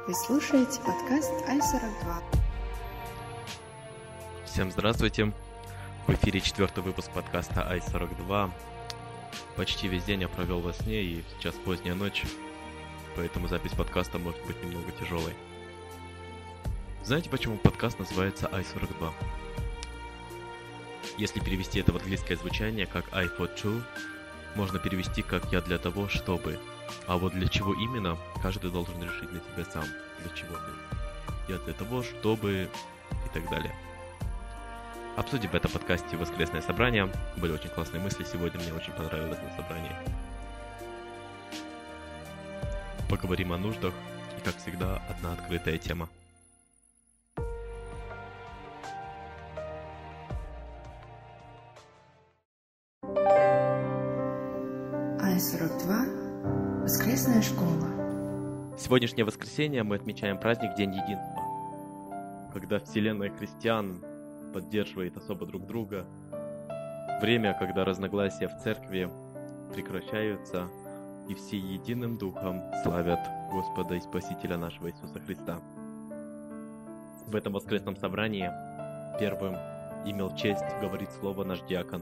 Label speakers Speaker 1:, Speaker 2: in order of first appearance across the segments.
Speaker 1: Вы слушаете подкаст I-42.
Speaker 2: Всем здравствуйте! В эфире 4-й выпуск подкаста I-42. Почти весь день я провел во сне, и сейчас поздняя ночь, поэтому запись подкаста может быть немного тяжелой. Знаете, почему подкаст называется I-42? Если перевести это в английское звучание как I for two, можно перевести как «я для того, чтобы». А вот для чего именно, каждый должен решить для себя сам. Для чего ты. Я для того, чтобы... и так далее. Обсудим в этом подкасте воскресное собрание. Были очень классные мысли сегодня, мне очень понравилось на собрании. Поговорим о нуждах. И, как всегда, одна открытая тема.
Speaker 1: I-42. Воскресная школа.
Speaker 2: Сегодняшнее воскресенье мы отмечаем праздник День Единства, когда вселенная христиан поддерживает особо друг друга. Время, когда разногласия в церкви прекращаются, и все единым духом славят Господа и Спасителя нашего Иисуса Христа. В этом воскресном собрании первым имел честь говорить слово наш диакон.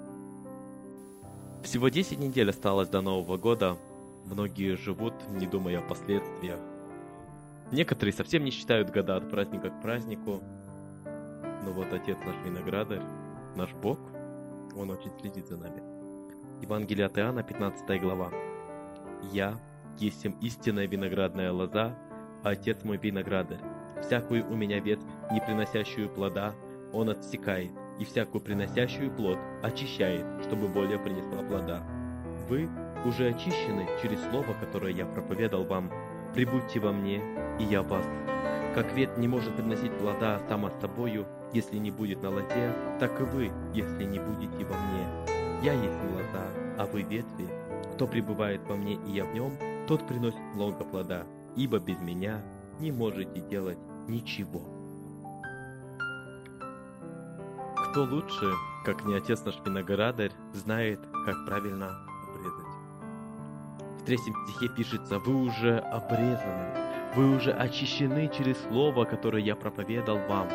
Speaker 2: Всего 10 недель осталось до Нового года. Многие живут, не думая о последствиях. Некоторые совсем не считают года от праздника к празднику. Но вот Отец наш Виноградарь, наш Бог, Он очень следит за нами. Евангелие от Иоанна, 15 глава. «Я есмь истинная виноградная лоза, а Отец мой виноградарь. Всякую у меня ветвь, не приносящую плода, Он отсекает, и всякую приносящую плод очищает, чтобы более принесла плода. Вы уже очищены через слово, которое я проповедал вам. Прибудьте во мне, и я вас. Как ветвь не может приносить плода сама с собою, если не будет на лозе, так и вы, если не будете во мне. Я есть лоза, а вы ветви. Кто пребывает во мне, и я в нем, тот приносит много плода, ибо без меня не можете делать ничего». Кто лучше, как не Отец наш Виноградарь, знает, как правильно обрезать? В 3 стихе пишется: «Вы уже обрезаны, вы уже очищены через слово, которое я проповедал вам».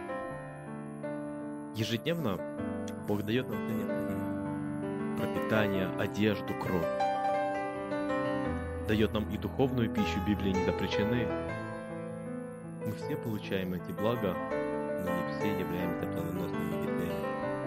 Speaker 2: Ежедневно Бог дает нам все необходимое: пропитание, одежду, кровь. Дает нам и духовную пищу, Библии не запрещены. Мы все получаем эти блага, но не все являемся плодоносными ветвями.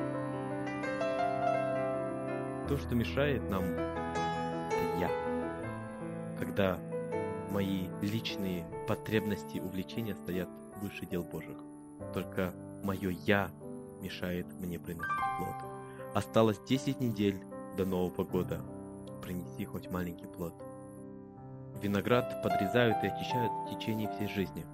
Speaker 2: То, что мешает нам, это я. Когда мои личные потребности и увлечения стоят выше дел Божьих. Только мое «я» мешает мне приносить плод. Осталось 10 недель до Нового года. Принеси хоть маленький плод. Виноград подрезают и очищают в течение всей жизни.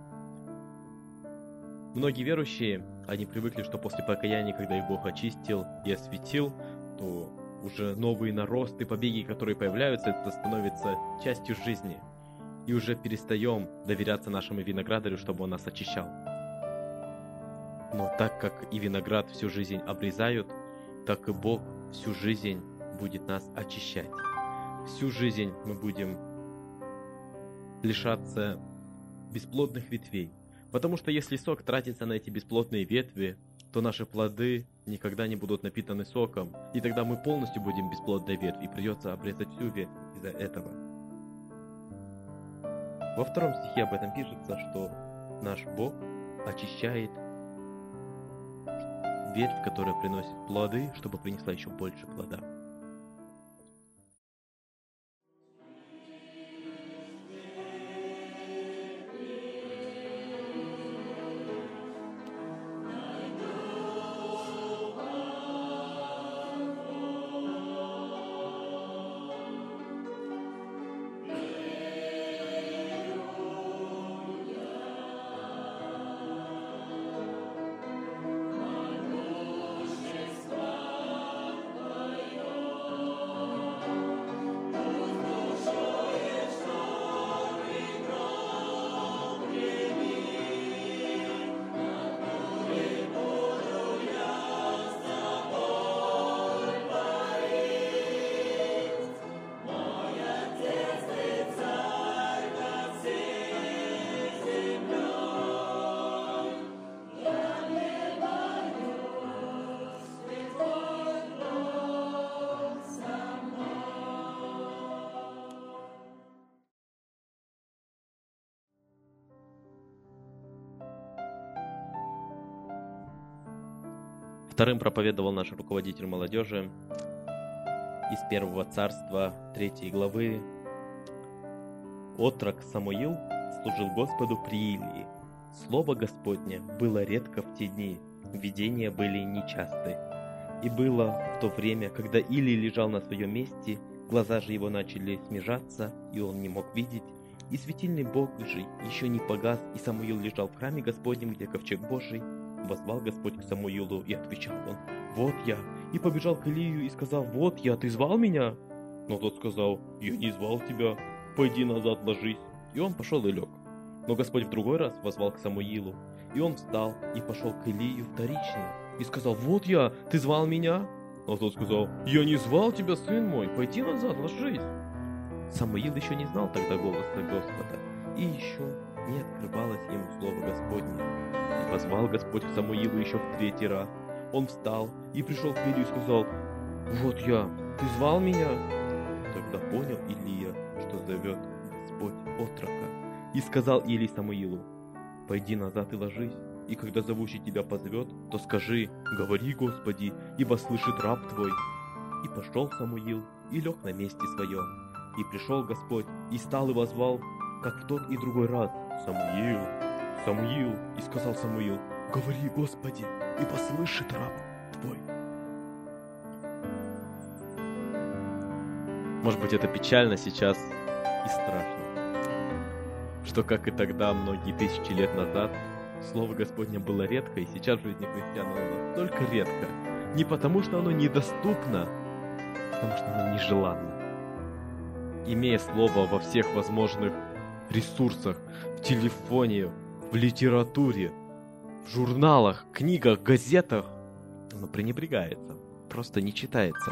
Speaker 2: Многие верующие, они привыкли, что после покаяния, когда их Бог очистил и осветил, то уже новые наросты, побеги, которые появляются, это становится частью жизни. И уже перестаем доверяться нашему виноградарю, чтобы он нас очищал. Но так как и виноград всю жизнь обрезают, так и Бог всю жизнь будет нас очищать. Всю жизнь мы будем лишаться бесплодных ветвей. Потому что если сок тратится на эти бесплодные ветви, то наши плоды никогда не будут напитаны соком, и тогда мы полностью будем бесплодной ветвью, и придется обрезать всю ветвь из-за этого. Во 2 стихе об этом пишется, что наш Бог очищает ветвь, которая приносит плоды, чтобы принесла еще больше плода. Вторым проповедовал наш руководитель молодежи из Первого Царства 3 главы. Отрок Самуил служил Господу при Илии. Слово Господне было редко в те дни, видения были нечасты. И было в то время, когда Илий лежал на своем месте, глаза же его начали смежаться, и он не мог видеть, и светильный Божий еще не погас, и Самуил лежал в храме Господнем, где ковчег Божий. Воззвал Господь к Самуилу, и отвечал он: «Вот я». И побежал к Илию и сказал: «Вот я, ты звал меня?» Но тот сказал: «Я не звал тебя, пойди назад ложись». И он пошел и лег. Но Господь в другой раз воззвал к Самуилу, и он встал и пошел к Илию вторично, и сказал: «Вот я, ты звал меня?» Но тот сказал: «Я не звал тебя, сын мой, пойди назад ложись». Самуил еще не знал тогда голоса Господа, и еще не открывалось ему слово Господне. И позвал Господь к Самуилу еще в 3-й раз. Он встал и пришел к Илию и сказал: «Вот я, ты звал меня?» Тогда понял Илия, что зовет Господь отрока. И сказал Илий Самуилу: «Пойди назад и ложись, и когда зовущий тебя позовет, то скажи: говори, Господи, ибо слышит раб твой». И пошел Самуил и лег на месте своем. И пришел Господь, и стал и воззвал, как в тот и другой раз: «Самуил, Самуил». И сказал Самуил: «Говори, Господи, ибо слышит раб твой». Может быть, это печально сейчас и страшно, что, как и тогда, многие тысячи лет назад, Слово Господне было редко, и сейчас в жизни христиан оно настолько редко, не потому что оно недоступно, а потому что оно нежеланно. Имея Слово во всех возможных ресурсах, в телефоне, в литературе, в журналах, книгах, газетах, оно пренебрегается, просто не читается.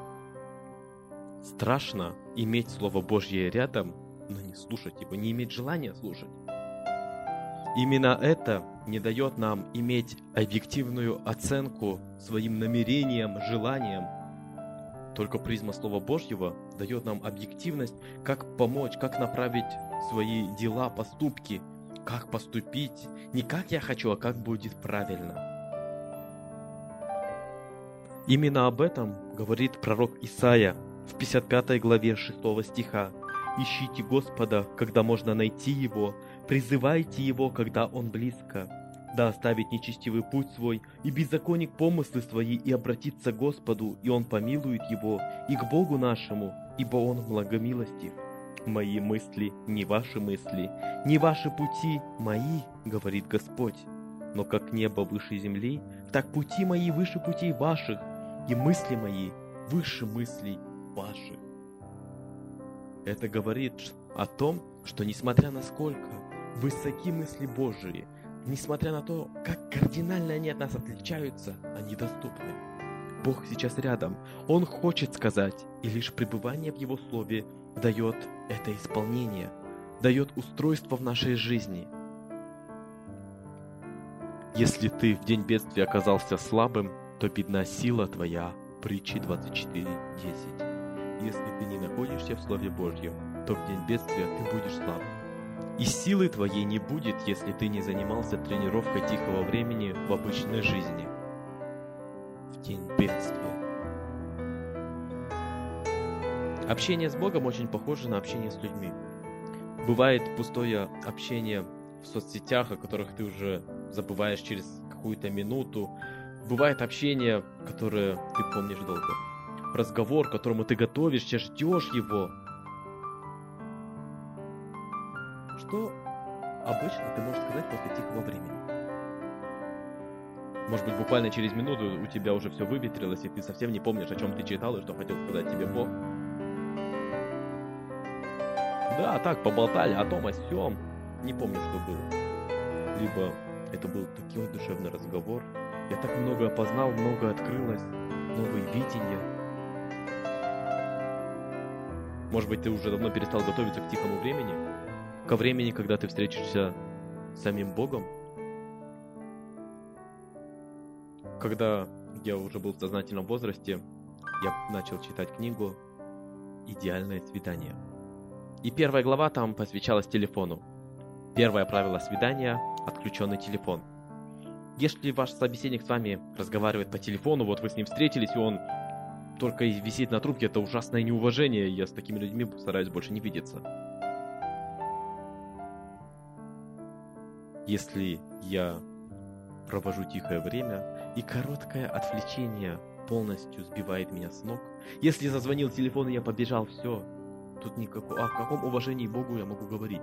Speaker 2: Страшно иметь Слово Божье рядом, но не слушать его, не иметь желания слушать. Именно это не дает нам иметь объективную оценку своим намерениям, желаниям. Только призма Слова Божьего дает нам объективность, как помочь, как направить свои дела, поступки, как поступить, не как я хочу, а как будет правильно. Именно об этом говорит пророк Исаия в 55 главе 6 стиха. «Ищите Господа, когда можно найти Его, призывайте Его, когда Он близко. Да оставит нечестивый путь свой, и беззаконник помыслы свои, и обратится к Господу, и Он помилует его, и к Богу нашему, ибо Он благомилостив. Мои мысли не ваши мысли, не ваши пути мои, говорит Господь. Но как небо выше земли, так пути мои выше путей ваших, и мысли мои выше мыслей ваших». Это говорит о том, что несмотря на сколько высоки мысли Божии, несмотря на то, как кардинально они от нас отличаются, они доступны. Бог сейчас рядом. Он хочет сказать, и лишь пребывание в Его Слове дает это исполнение, дает устройство в нашей жизни. Если ты в день бедствия оказался слабым, то бедна сила твоя. Притчи 24:10. Если ты не находишься в Слове Божьем, то в день бедствия ты будешь слаб. И силы твоей не будет, если ты не занимался тренировкой тихого времени в обычной жизни. В день бедствия. Общение с Богом очень похоже на общение с людьми. Бывает пустое общение в соцсетях, о которых ты уже забываешь через какую-то минуту. Бывает общение, которое ты помнишь долго. Разговор, к которому ты готовишься, ждешь его. Что обычно ты можешь сказать после тихого времени? Может быть, буквально через минуту у тебя уже все выветрилось, и ты совсем не помнишь, о чем ты читал и что хотел сказать тебе Бог. Да, так, поболтали о том, о сём. Не помню, что было. Либо это был такой душевный разговор. Я так много познал, много открылось, новые видения. Может быть, ты уже давно перестал готовиться к тихому времени? Ко времени, когда ты встретишься с самим Богом? Когда я уже был в сознательном возрасте, я начал читать книгу «Идеальное свидание». И первая глава там посвящалась телефону. Первое правило свидания – отключенный телефон. Если ваш собеседник с вами разговаривает по телефону, вот вы с ним встретились, и он только и висит на трубке, это ужасное неуважение, я с такими людьми стараюсь больше не видеться. Если я провожу тихое время, и короткое отвлечение полностью сбивает меня с ног, если зазвонил телефон, и я побежал, все, тут никакого... в каком уважении Богу я могу говорить?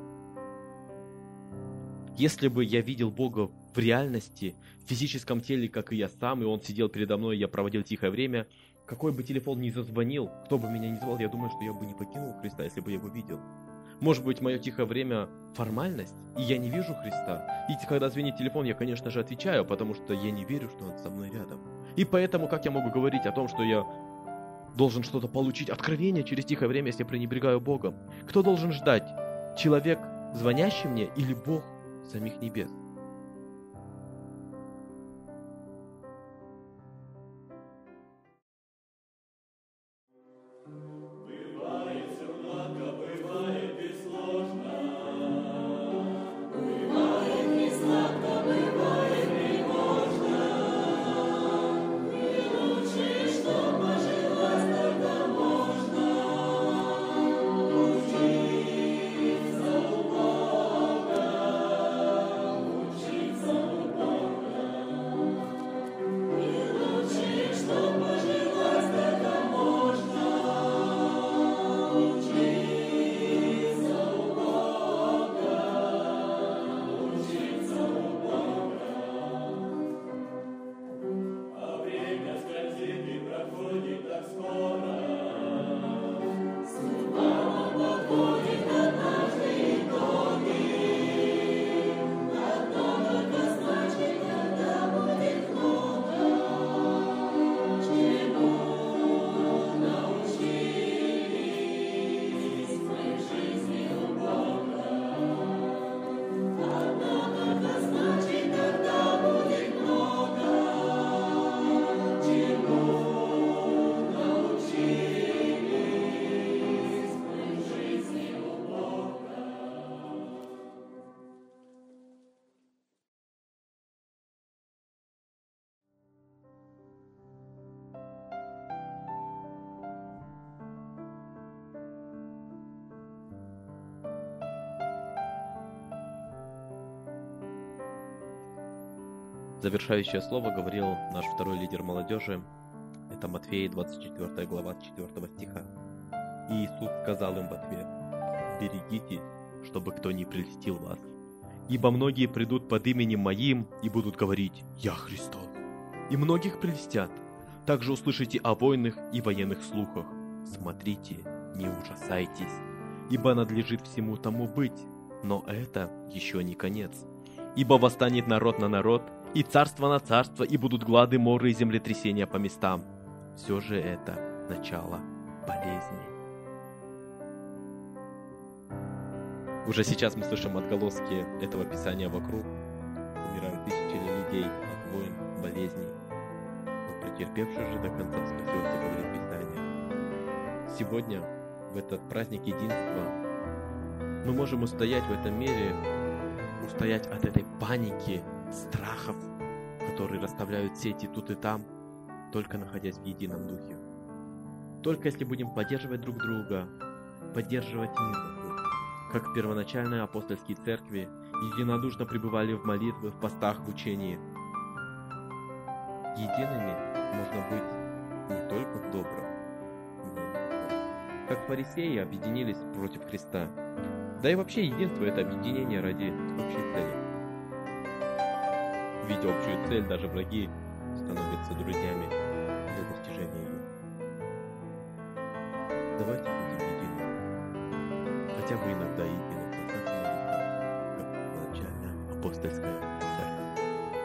Speaker 2: Если бы я видел Бога в реальности, в физическом теле, как и я сам, и Он сидел передо мной, и я проводил тихое время, какой бы телефон ни зазвонил, кто бы меня ни звал, я думаю, что я бы не покинул Христа, если бы я его видел. Может быть, мое тихое время – формальность, и я не вижу Христа. И когда звонит телефон, я, конечно же, отвечаю, потому что я не верю, что Он со мной рядом. И поэтому, как я могу говорить о том, что я должен что-то получить, откровение через тихое время, если я пренебрегаю Богом? Кто должен ждать? Человек, звонящий мне, или Бог самих небес? Завершающее слово говорил наш второй лидер молодежи. Это Матфея, 24 глава, 4 стиха. И Иисус сказал им в ответ: «Берегитесь, чтобы кто не прельстил вас. Ибо многие придут под именем Моим и будут говорить: Я Христос. И многих прельстят. Также услышите о войнах и военных слухах. Смотрите, не ужасайтесь, ибо надлежит всему тому быть. Но это еще не конец. Ибо восстанет народ на народ, и царство на царство, и будут глады, моры и землетрясения по местам. Все же это начало болезни». Уже сейчас мы слышим отголоски этого писания вокруг. Умирают тысячи людей от войн, болезней. Но претерпевший же до конца спасется, говорит Писание. Сегодня, в этот праздник единства, мы можем устоять в этом мире, устоять от этой паники, страхов, которые расставляют сети тут и там, только находясь в едином духе. Только если будем поддерживать друг друга, поддерживать мир вокруг, как в первоначальной апостольской церкви единодушно пребывали в молитве, в постах, в учении. Едиными можно быть не только в добром, но и в злом. Как фарисеи объединились против Христа. Да и вообще единство – это объединение ради общей цели. Видя общую цель, даже враги становятся друзьями для достижения ее. Давайте будем едины. Хотя бы иногда едины, как первоначальная апостольская церковь.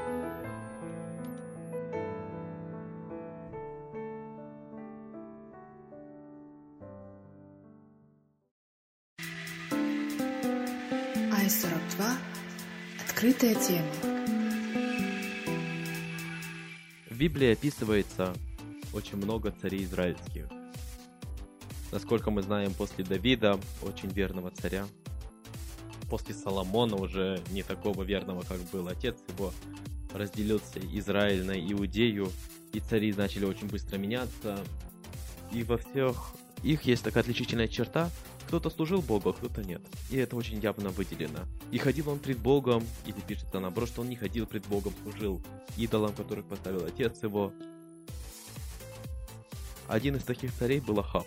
Speaker 1: Ай-42. Открытая тема.
Speaker 2: В Библии описывается очень много царей израильских. Насколько мы знаем, после Давида, очень верного царя, после Соломона, уже не такого верного, как был отец его, разделился Израиль на Иудею, и цари начали очень быстро меняться. И во всех их есть такая отличительная черта: кто-то служил Богу, а кто-то нет. И это очень явно выделено. И ходил он пред Богом, или пишется наоборот, что он не ходил пред Богом, служил идолам, которых поставил отец его. Один из таких царей был Ахав.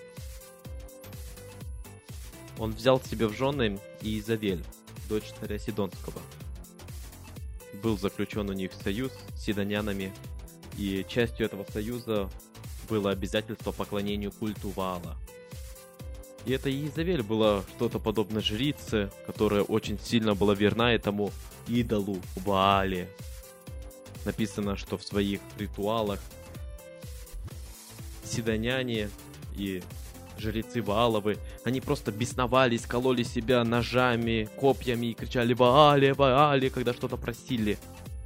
Speaker 2: Он взял себе в жены Иезавель, дочь царя Сидонского. Был заключен у них союз с сидонянами, и частью этого союза было обязательство поклонению культу Ваала. И эта Иезавель была что-то подобное жрице, которая очень сильно была верна этому идолу Ваале. Написано, что в своих ритуалах сидоняне и жрецы Вааловы, они просто бесновались, кололи себя ножами, копьями и кричали «Ваале, Ваале», когда что-то просили.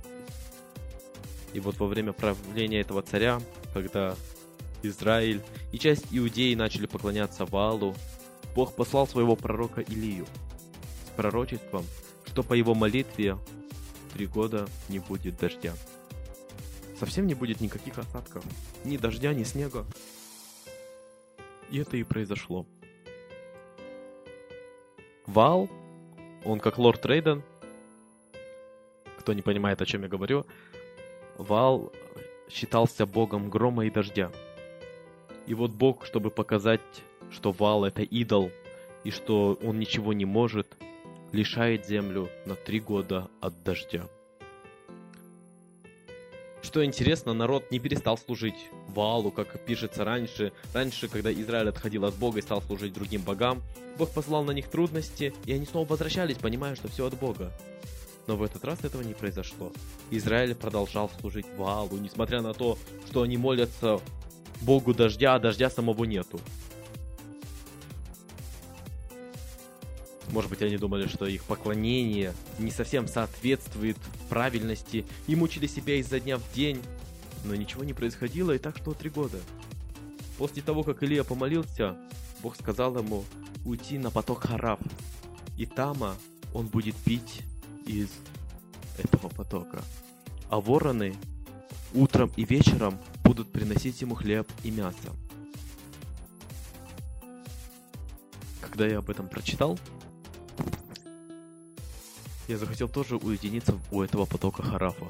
Speaker 2: И вот во время правления этого царя, когда Израиль и часть Иудеи начали поклоняться Ваалу, Бог послал своего пророка Илию с пророчеством, что по его молитве 3 года не будет дождя. Совсем не будет никаких осадков, ни дождя, ни снега. И это и произошло. Ваал, он как лорд Рейден, кто не понимает, о чем я говорю, Ваал считался богом грома и дождя. И вот Бог, чтобы показать, что Ваал это идол, и что он ничего не может, лишает землю на 3 года от дождя. Что интересно, народ не перестал служить Ваалу, как пишется раньше. Раньше, когда Израиль отходил от Бога и стал служить другим богам, Бог послал на них трудности, и они снова возвращались, понимая, что все от Бога. Но в этот раз этого не произошло. Израиль продолжал служить Ваалу, несмотря на то, что они молятся Богу дождя, а дождя самого нету. Может быть, они думали, что их поклонение не совсем соответствует правильности, и мучили себя изо дня в день. Но ничего не происходило, и так шло 3 года. После того, как Илия помолился, Бог сказал ему уйти на поток Харав, и там он будет пить из этого потока. А вороны утром и вечером будут приносить ему хлеб и мясо. Когда я об этом прочитал, я захотел тоже уединиться у этого потока Харафа,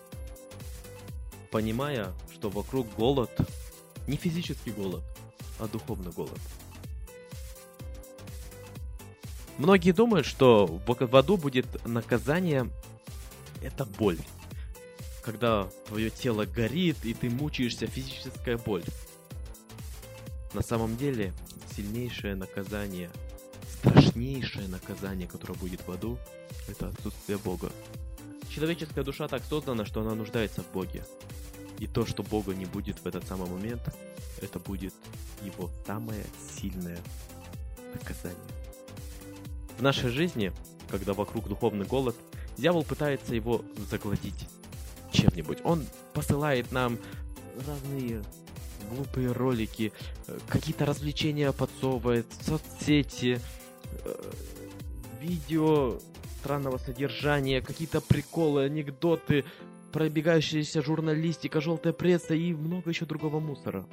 Speaker 2: понимая, что вокруг голод, не физический голод, а духовный голод. Многие думают, что в аду будет наказание – это боль. Когда твое тело горит, и ты мучаешься, физическая боль. На самом деле, сильнейшее наказание, страшнейшее наказание, которое будет в аду, это отсутствие Бога. Человеческая душа так создана, что она нуждается в Боге. И то, что Бога не будет в этот самый момент, это будет его самое сильное наказание. В нашей жизни, когда вокруг духовный голод, дьявол пытается его заглотить чем-нибудь. Он посылает нам разные глупые ролики, какие-то развлечения подсовывает, соцсети, видео странного содержания, какие-то приколы, анекдоты, пробегающаяся журналистика, желтая пресса и много еще другого мусора.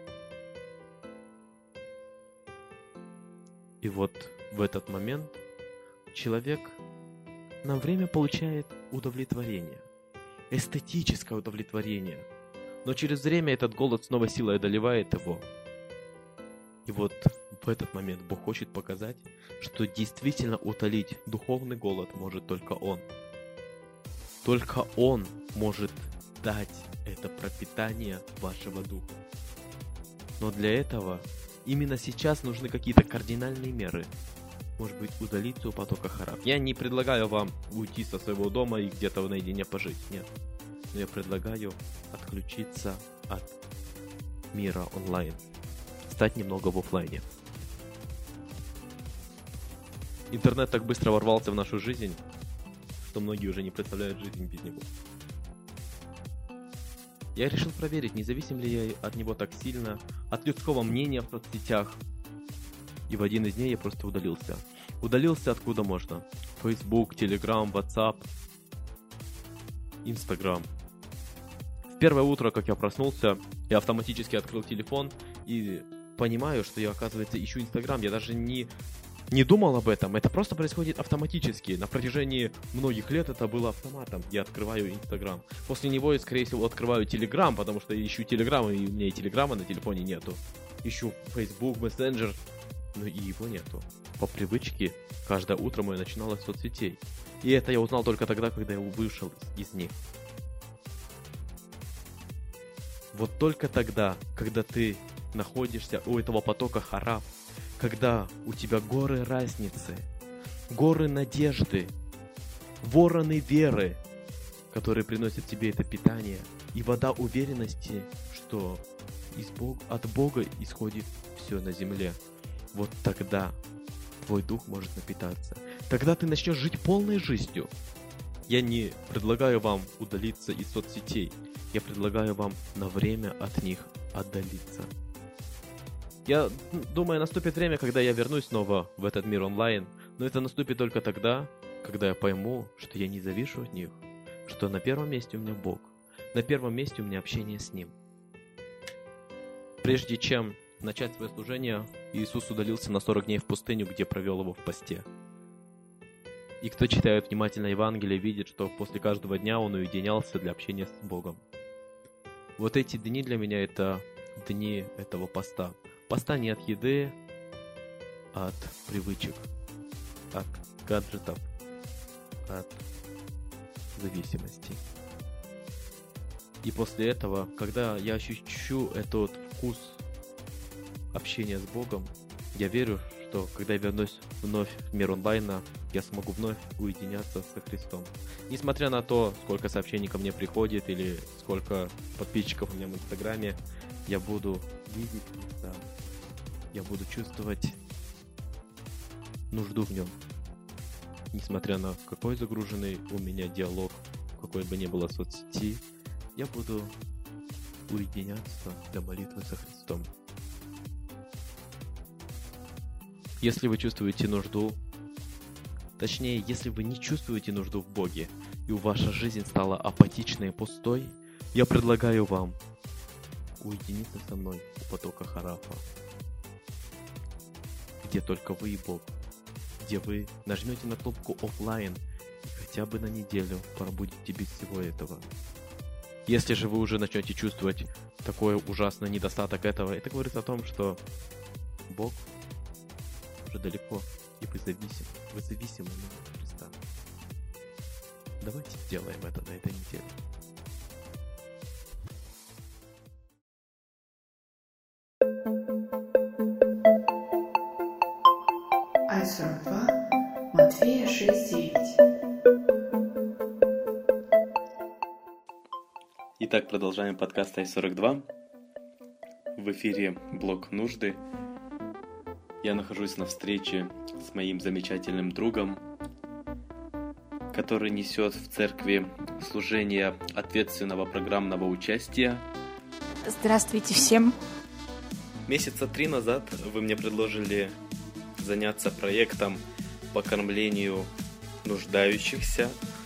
Speaker 2: И вот в этот момент человек на время получает удовлетворение, эстетическое удовлетворение. Но через время этот голод снова силой одолевает его. И вот в этот момент Бог хочет показать, что действительно утолить духовный голод может только Он. Только Он может дать это пропитание вашего духа. Но для этого именно сейчас нужны какие-то кардинальные меры. Может быть, удалиться у потока Харав. Я не предлагаю вам уйти со своего дома и где-то наедине пожить. Нет. Но я предлагаю отключиться от мира онлайн. Стать немного в офлайне. Интернет так быстро ворвался в нашу жизнь, что многие уже не представляют жизнь без него. Я решил проверить, не зависим ли я от него так сильно, от людского мнения в соцсетях. И в один из дней я просто удалился. Удалился откуда можно. Facebook, Telegram, WhatsApp. Инстаграм. В первое утро, как я проснулся, я автоматически открыл телефон и понимаю, что я, оказывается, ищу Инстаграм. Я даже не думал об этом. Это просто происходит автоматически. На протяжении многих лет это было автоматом. Я открываю Инстаграм. После него я, скорее всего, открываю Телеграм, потому что я ищу Телеграм, и у меня и Телеграма на телефоне нету. Ищу Facebook, Messenger, но и его нету. По привычке, каждое утро мое начиналось с соцсетей. И это я узнал только тогда, когда я вышел из них. Вот только тогда, когда ты находишься у этого потока хараф, когда у тебя горы разницы, горы надежды, вороны веры, которые приносят тебе это питание, и вода уверенности, что от Бога исходит все на земле. Вот тогда твой дух может напитаться. Тогда ты начнешь жить полной жизнью. Я не предлагаю вам удалиться из соцсетей. Я предлагаю вам на время от них отдалиться. Я думаю, наступит время, когда я вернусь снова в этот мир онлайн, но это наступит только тогда, когда я пойму, что я не завишу от них, что на первом месте у меня Бог, на первом месте у меня общение с Ним. Прежде чем начать свое служение, Иисус удалился на 40 дней в пустыню, где провел его в посте. И кто читает внимательно Евангелие, видит, что после каждого дня он уединялся для общения с Богом. Вот эти дни для меня это дни этого поста. Поста не от еды, а от привычек, от гаджетов, от зависимости. И после этого, когда я ощущу этот вкус общения с Богом, я верю, что когда я вернусь вновь в мир онлайна, я смогу вновь уединяться со Христом. Несмотря на то, сколько сообщений ко мне приходит или сколько подписчиков у меня в Инстаграме, я буду видеть Христа. Я буду чувствовать нужду в нем. Несмотря на какой загруженный у меня диалог, какой бы ни было соцсети, я буду уединяться для молитвы со Христом. Если вы чувствуете нужду, точнее, если вы не чувствуете нужду в Боге, и ваша жизнь стала апатичной и пустой, я предлагаю вам уединиться со мной у потока харафа, где только вы и Бог, где вы нажмете на кнопку офлайн и хотя бы на неделю пробудете без всего этого. Если же вы уже начнете чувствовать такой ужасный недостаток этого, это говорит о том, что Бог уже далеко, и вы зависимы от Христа. Давайте сделаем это на этой неделе.
Speaker 1: Ай-42, Матфея 6:9.
Speaker 2: Итак, продолжаем подкаст Ай-42. В эфире блог «Нужды». Я нахожусь на встрече с моим замечательным другом, который несет в церкви служение ответственного программного участия.
Speaker 3: Здравствуйте всем.
Speaker 2: Месяца 3 назад вы мне предложили заняться проектом по кормлению нуждающихся,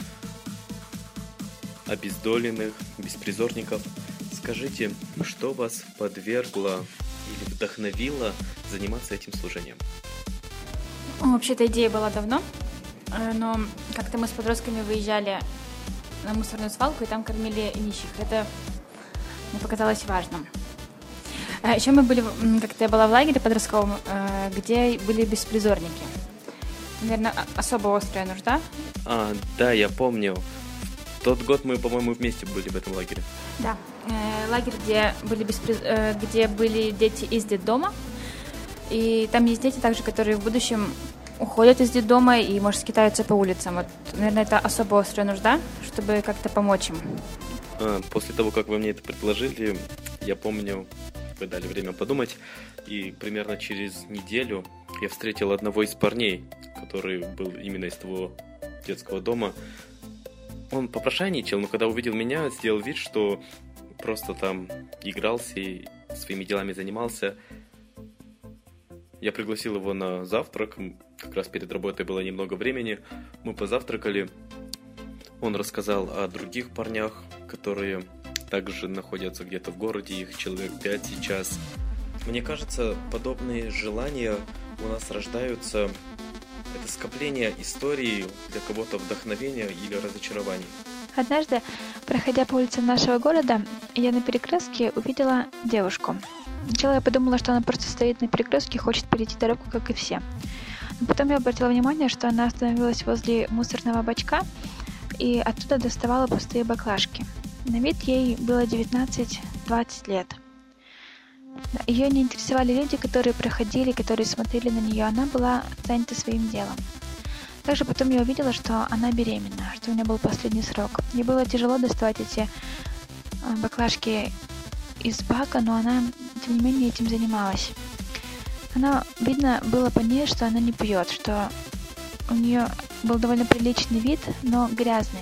Speaker 2: обездоленных, беспризорников. Скажите, что вас подвергло или вдохновило заниматься этим служением?
Speaker 3: Вообще-то идея была давно, но как-то мы с подростками выезжали на мусорную свалку и там кормили нищих. Это мне показалось важным. Еще мы были, как-то я была в лагере подростковом, где были беспризорники. Наверное, особо острая нужда.
Speaker 2: Да, я помню. В тот год мы, по-моему, вместе были в этом лагере.
Speaker 3: Да, лагерь, где были дети из детдома. И там есть дети также, которые в будущем уходят из детдома и, может, скитаются по улицам. Вот, наверное, это особо острая нужда, чтобы как-то помочь им.
Speaker 2: После того, как вы мне это предложили, я помню, вы дали время подумать, и примерно через неделю я встретил одного из парней, который был именно из того детского дома. Он попрошайничал, но когда увидел меня, сделал вид, что просто там игрался и своими делами занимался. Я пригласил его на завтрак, как раз перед работой было немного времени, мы позавтракали. Он рассказал о других парнях, которые также находятся где-то в городе, их человек 5 сейчас. Мне кажется, подобные желания у нас рождаются, это скопление историй, для кого-то вдохновения или разочарований.
Speaker 3: Однажды, проходя по улицам нашего города, я на перекрестке увидела девушку. Сначала я подумала, что она просто стоит на перекрестке и хочет перейти дорогу, как и все. Но потом я обратила внимание, что она остановилась возле мусорного бачка и оттуда доставала пустые баклажки. На вид ей было 19-20 лет. Ее не интересовали люди, которые проходили, которые смотрели на нее. Она была занята своим делом. Также потом я увидела, что она беременна, что у нее был последний срок. Ей было тяжело доставать эти баклажки из бака, но она, тем не менее, этим занималась. Видно было по ней, что она не пьет, что у нее был довольно приличный вид, но грязный.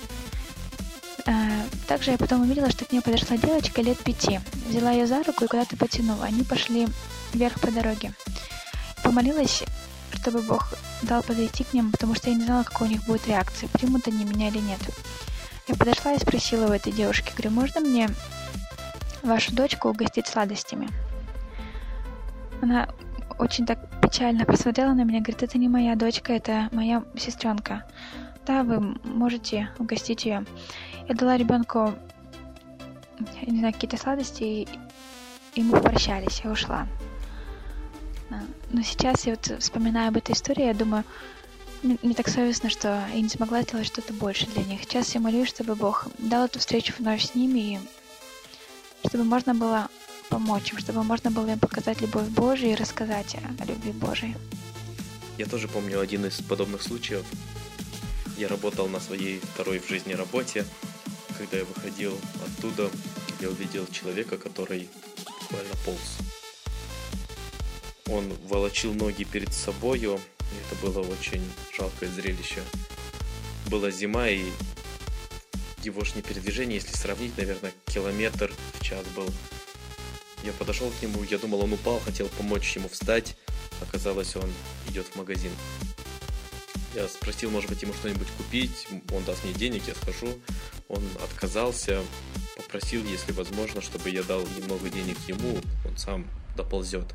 Speaker 3: Также я потом увидела, что к ней подошла девочка лет 5. Взяла ее за руку и куда-то потянула. Они пошли вверх по дороге. Помолилась, чтобы Бог дал подойти к ним, потому что я не знала, какая у них будет реакция, примут они меня или нет. Я подошла и спросила у этой девушки, говорю, можно мне вашу дочку угостить сладостями? Она очень так печально посмотрела на меня, говорит, это не моя дочка, это моя сестренка. Да, вы можете угостить ее. Я дала ребенку, не знаю, какие-то сладости, и мы попрощались, я ушла. Но сейчас я вот вспоминаю об этой истории, я думаю, мне так совестно, что я не смогла сделать что-то больше для них. Сейчас я молюсь, чтобы Бог дал эту встречу вновь с ними, и чтобы можно было помочь им, чтобы можно было им показать любовь Божию и рассказать о любви Божией.
Speaker 2: Я тоже помню один из подобных случаев. Я работал на своей второй в жизни работе. Когда я выходил оттуда, я увидел человека, который буквально полз. Он волочил ноги перед собою, и это было очень жалкое зрелище. Была зима, и егошнее передвижение, если сравнить, наверное, километр в час был. Я подошел к нему, я думал, он упал, хотел помочь ему встать. Оказалось, он идет в магазин. Я спросил, может быть, ему что-нибудь купить, он даст мне денег, я схожу. Он отказался, попросил, если возможно, чтобы я дал немного денег ему, он сам доползет.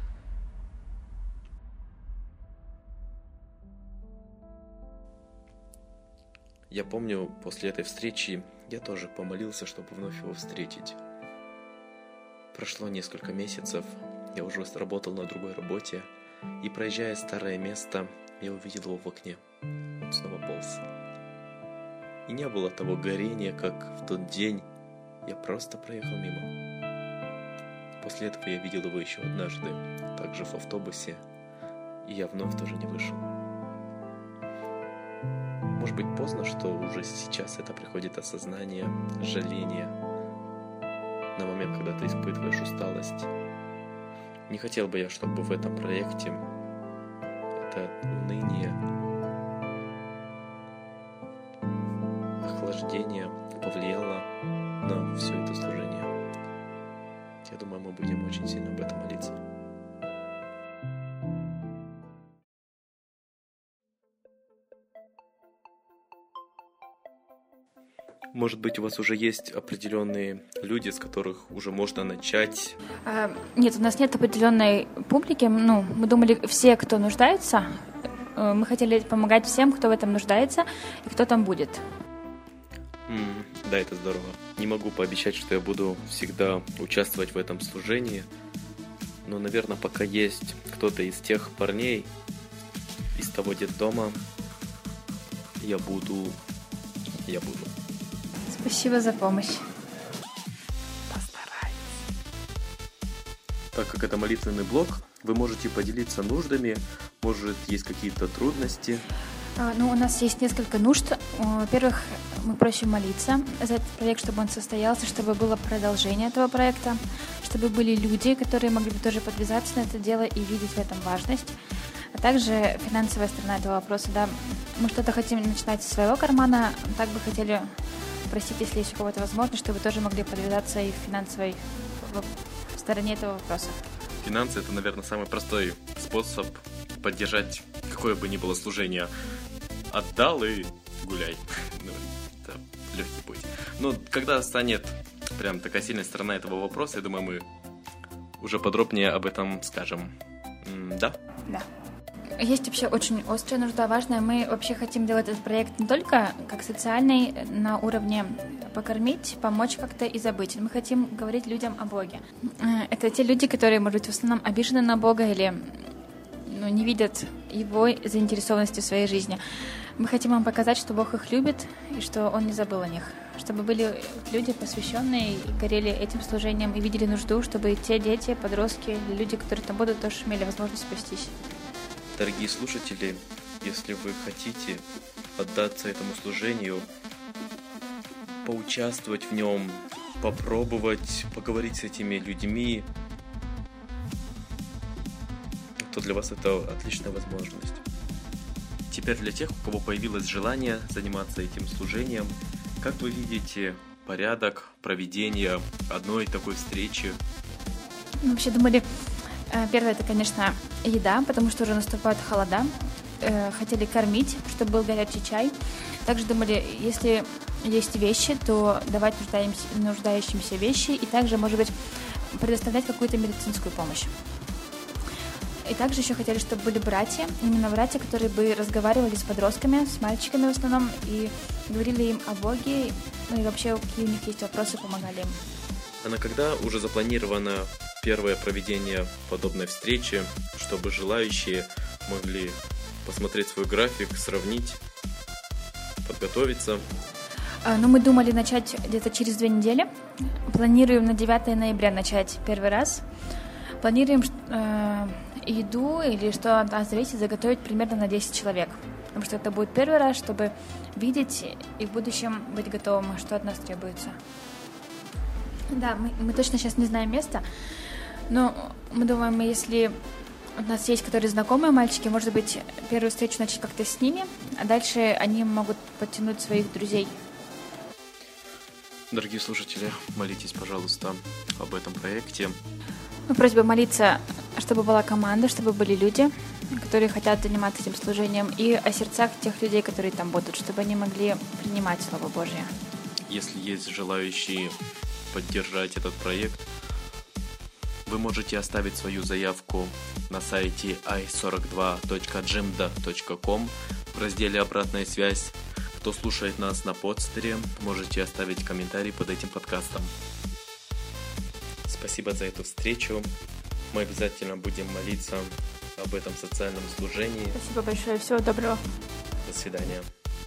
Speaker 2: Я помню, после этой встречи я тоже помолился, чтобы вновь его встретить. Прошло несколько месяцев, я уже работал на другой работе, и проезжая старое место, я увидел его в окне. Он снова полз. И не было того горения, как в тот день. Я просто проехал мимо. После этого я видел его еще однажды, также в автобусе, и я вновь тоже не вышел. Может быть, поздно, что уже сейчас это приходит осознание, жаление на момент, когда ты испытываешь усталость. Не хотел бы я, чтобы в этом проекте это уныние, охлаждение повлияло на все это служение. Я думаю, мы будем очень сильно об этом молиться. Может быть, у вас уже есть определенные люди, с которых уже можно начать?
Speaker 3: Нет, у нас нет определенной публики. Мы думали, все, кто нуждается, мы хотели помогать всем, кто в этом нуждается и кто там будет.
Speaker 2: Да, это здорово. Не могу пообещать, что я буду всегда участвовать в этом служении, но, наверное, пока есть кто-то из тех парней, из того детдома, я буду.
Speaker 3: Спасибо за помощь.
Speaker 2: Постараюсь. Так как это молитвенный блог, вы можете поделиться нуждами, может, есть какие-то трудности.
Speaker 3: У нас есть несколько нужд. Во-первых, мы просим молиться за этот проект, чтобы он состоялся, чтобы было продолжение этого проекта, чтобы были люди, которые могли бы тоже подвязаться на это дело и видеть в этом важность. А также финансовая сторона этого вопроса. Да, мы что-то хотим начинать со своего кармана, так бы хотели просить, если есть у кого-то возможность, чтобы вы тоже могли подвязаться и в финансовой стороне этого вопроса.
Speaker 2: Финансы — это, наверное, самый простой способ поддержать какое бы ни было служение. Отдал и гуляй. легкий путь. Но когда станет прям такая сильная сторона этого вопроса, я думаю, мы уже подробнее об этом скажем. Да?
Speaker 3: Да. Есть вообще очень острая нужда, важная. Мы вообще хотим делать этот проект не только как социальный, на уровне покормить, помочь как-то и забыть. Мы хотим говорить людям о Боге. Это те люди, которые, может быть, в основном обижены на Бога или не видят Его заинтересованности в своей жизни. Мы хотим вам показать, что Бог их любит и что Он не забыл о них. Чтобы были люди посвященные, горели этим служением и видели нужду, чтобы те дети, подростки, люди, которые там будут, тоже имели возможность спастись.
Speaker 2: Дорогие слушатели, если вы хотите отдаться этому служению, поучаствовать в нем, попробовать поговорить с этими людьми, то для вас это отличная возможность. Теперь для тех, у кого появилось желание заниматься этим служением, как вы видите порядок проведения одной такой встречи?
Speaker 3: Мы вообще думали, первое, это, конечно, еда, потому что уже наступают холода. Хотели кормить, чтобы был горячий чай. Также думали, если есть вещи, то давать нуждающимся вещи и также, может быть, предоставлять какую-то медицинскую помощь. И также еще хотели, чтобы были братья, именно братья, которые бы разговаривали с подростками, с мальчиками в основном, и говорили им о Боге, и вообще, какие у них есть вопросы, помогали им.
Speaker 2: А на когда уже запланировано первое проведение подобной встречи, чтобы желающие могли посмотреть свой график, сравнить, подготовиться?
Speaker 3: Мы думали начать где-то через 2 недели. Планируем на 9 ноября начать первый раз. Планируем еду или что от нас зависит, заготовить примерно на 10 человек. Потому что это будет первый раз, чтобы видеть и в будущем быть готовым, что от нас требуется. Да, мы точно сейчас не знаем места, но мы думаем, если у нас есть которые знакомые мальчики, может быть, первую встречу начать как-то с ними, а дальше они могут подтянуть своих друзей.
Speaker 2: Дорогие слушатели, молитесь, пожалуйста, об этом проекте.
Speaker 3: Просьба молиться, чтобы была команда, чтобы были люди, которые хотят заниматься этим служением, и о сердцах тех людей, которые там будут, чтобы они могли принимать Слово Божие.
Speaker 2: Если есть желающие поддержать этот проект, вы можете оставить свою заявку на сайте i42.jimda.com в разделе «Обратная связь». Кто слушает нас на подстере, можете оставить комментарий под этим подкастом. Спасибо за эту встречу. Мы обязательно будем молиться об этом социальном служении.
Speaker 3: Спасибо большое. Всего доброго.
Speaker 2: До свидания.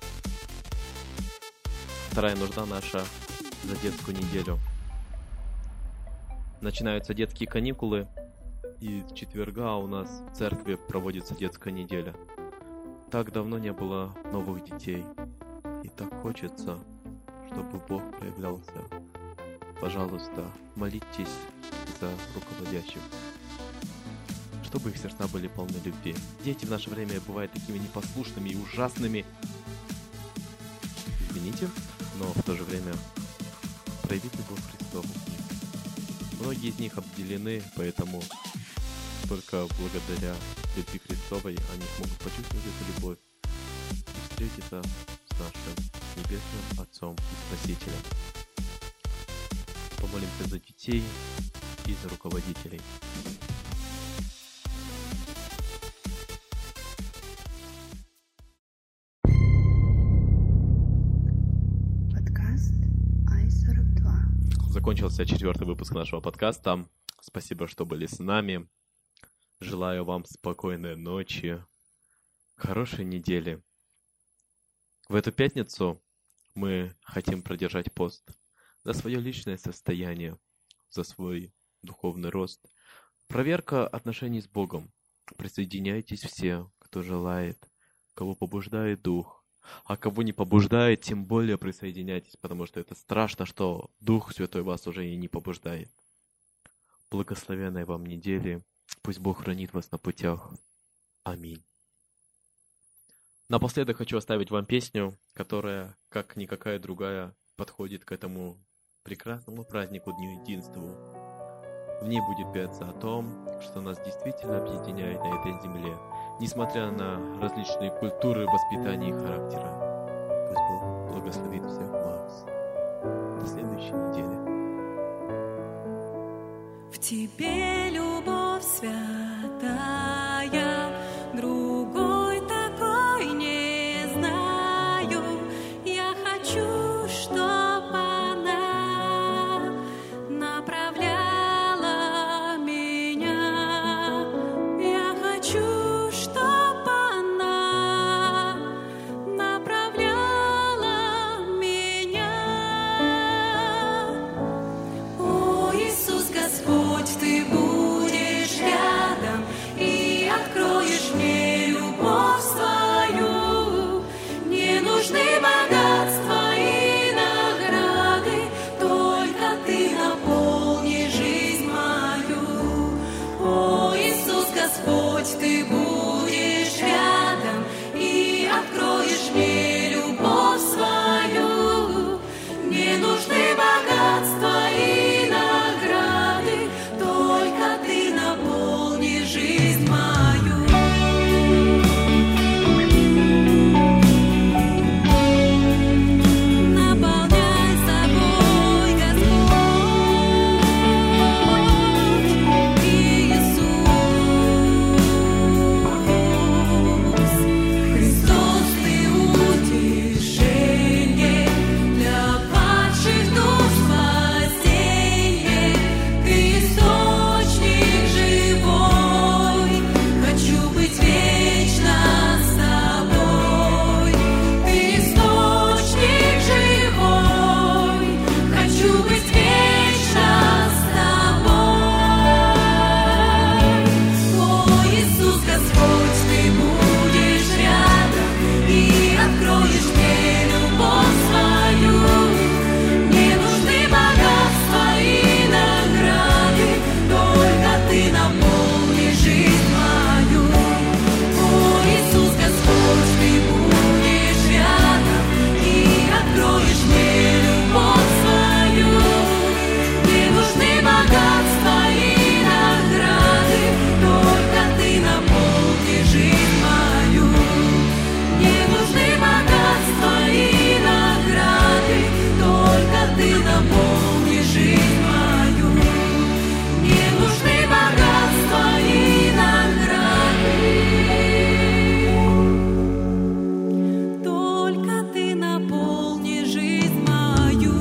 Speaker 2: Вторая нужда наша за детскую неделю. Начинаются детские каникулы, и с четверга у нас в церкви проводится детская неделя. Так давно не было новых детей, и так хочется, чтобы Бог проявлялся. Пожалуйста, молитесь за руководящих, чтобы их сердца были полны любви. Дети в наше время бывают такими непослушными и ужасными. Извините, но в то же время проявить любовь Христову. Многие из них обделены, поэтому только благодаря любви Христовой они смогут почувствовать эту любовь и встретиться с нашим Небесным Отцом и Спасителем. Помолимся за детей и за руководителей.
Speaker 1: Подкаст i42.
Speaker 2: Закончился 4-й выпуск нашего подкаста. Спасибо, что были с нами. Желаю вам спокойной ночи, хорошей недели. В эту пятницу мы хотим продержать пост за свое личное состояние, за свой духовный рост. Проверка отношений с Богом. Присоединяйтесь все, кто желает, кого побуждает Дух. А кого не побуждает, тем более присоединяйтесь, потому что это страшно, что Дух Святой вас уже и не побуждает. Благословенной вам недели. Пусть Бог хранит вас на путях. Аминь. Напоследок хочу оставить вам песню, которая, как никакая другая, подходит к этому прекрасному празднику Дню Единству. В ней будет петься о том, что нас действительно объединяет на этой земле, несмотря на различные культуры, воспитания и характера. Пусть Бог благословит всех вас. До следующей недели.
Speaker 4: В тебе любовь святая, другой такой не знаю. Я хочу, чтоб она направляла меня. Я хочу, чтоб она направляла меня. О, Иисус Господь, Ты будешь рядом и откроешь мне любовь свою. Не нужны богатства и награды, только Ты наполни жизнь мою. О, Иисус Господь, Ты будешь рядом и откроешь мне любовь свою. Не нужны богатства и награды, только Ты наполни жизнь мою. Наполняй собой, Господь, Иисус. Христос, Ты утешение для падших душ, спасение. Ты источник живой. Хочу быть вечно с Тобой. Ты источник живой. Хочу быть вечно с Тобой. О, Иисус Господь, Ты будешь рядом и откроешь мне любовь свою. Не нужны богатства и награды, только Ты наполни жизнь мою. О, Иисус Господь, Ты будешь рядом и откроешь мне любовь свою. Не нужны богатства и награды, только Ты наполни жизнь мою. Не нужны богатства и награды, только Ты наполни жизнь мою. Не нужны богатства и награды, только Ты наполни жизнь мою.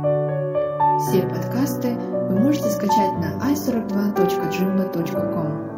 Speaker 1: Все подкасты вы можете скачать на i42.joomla.com.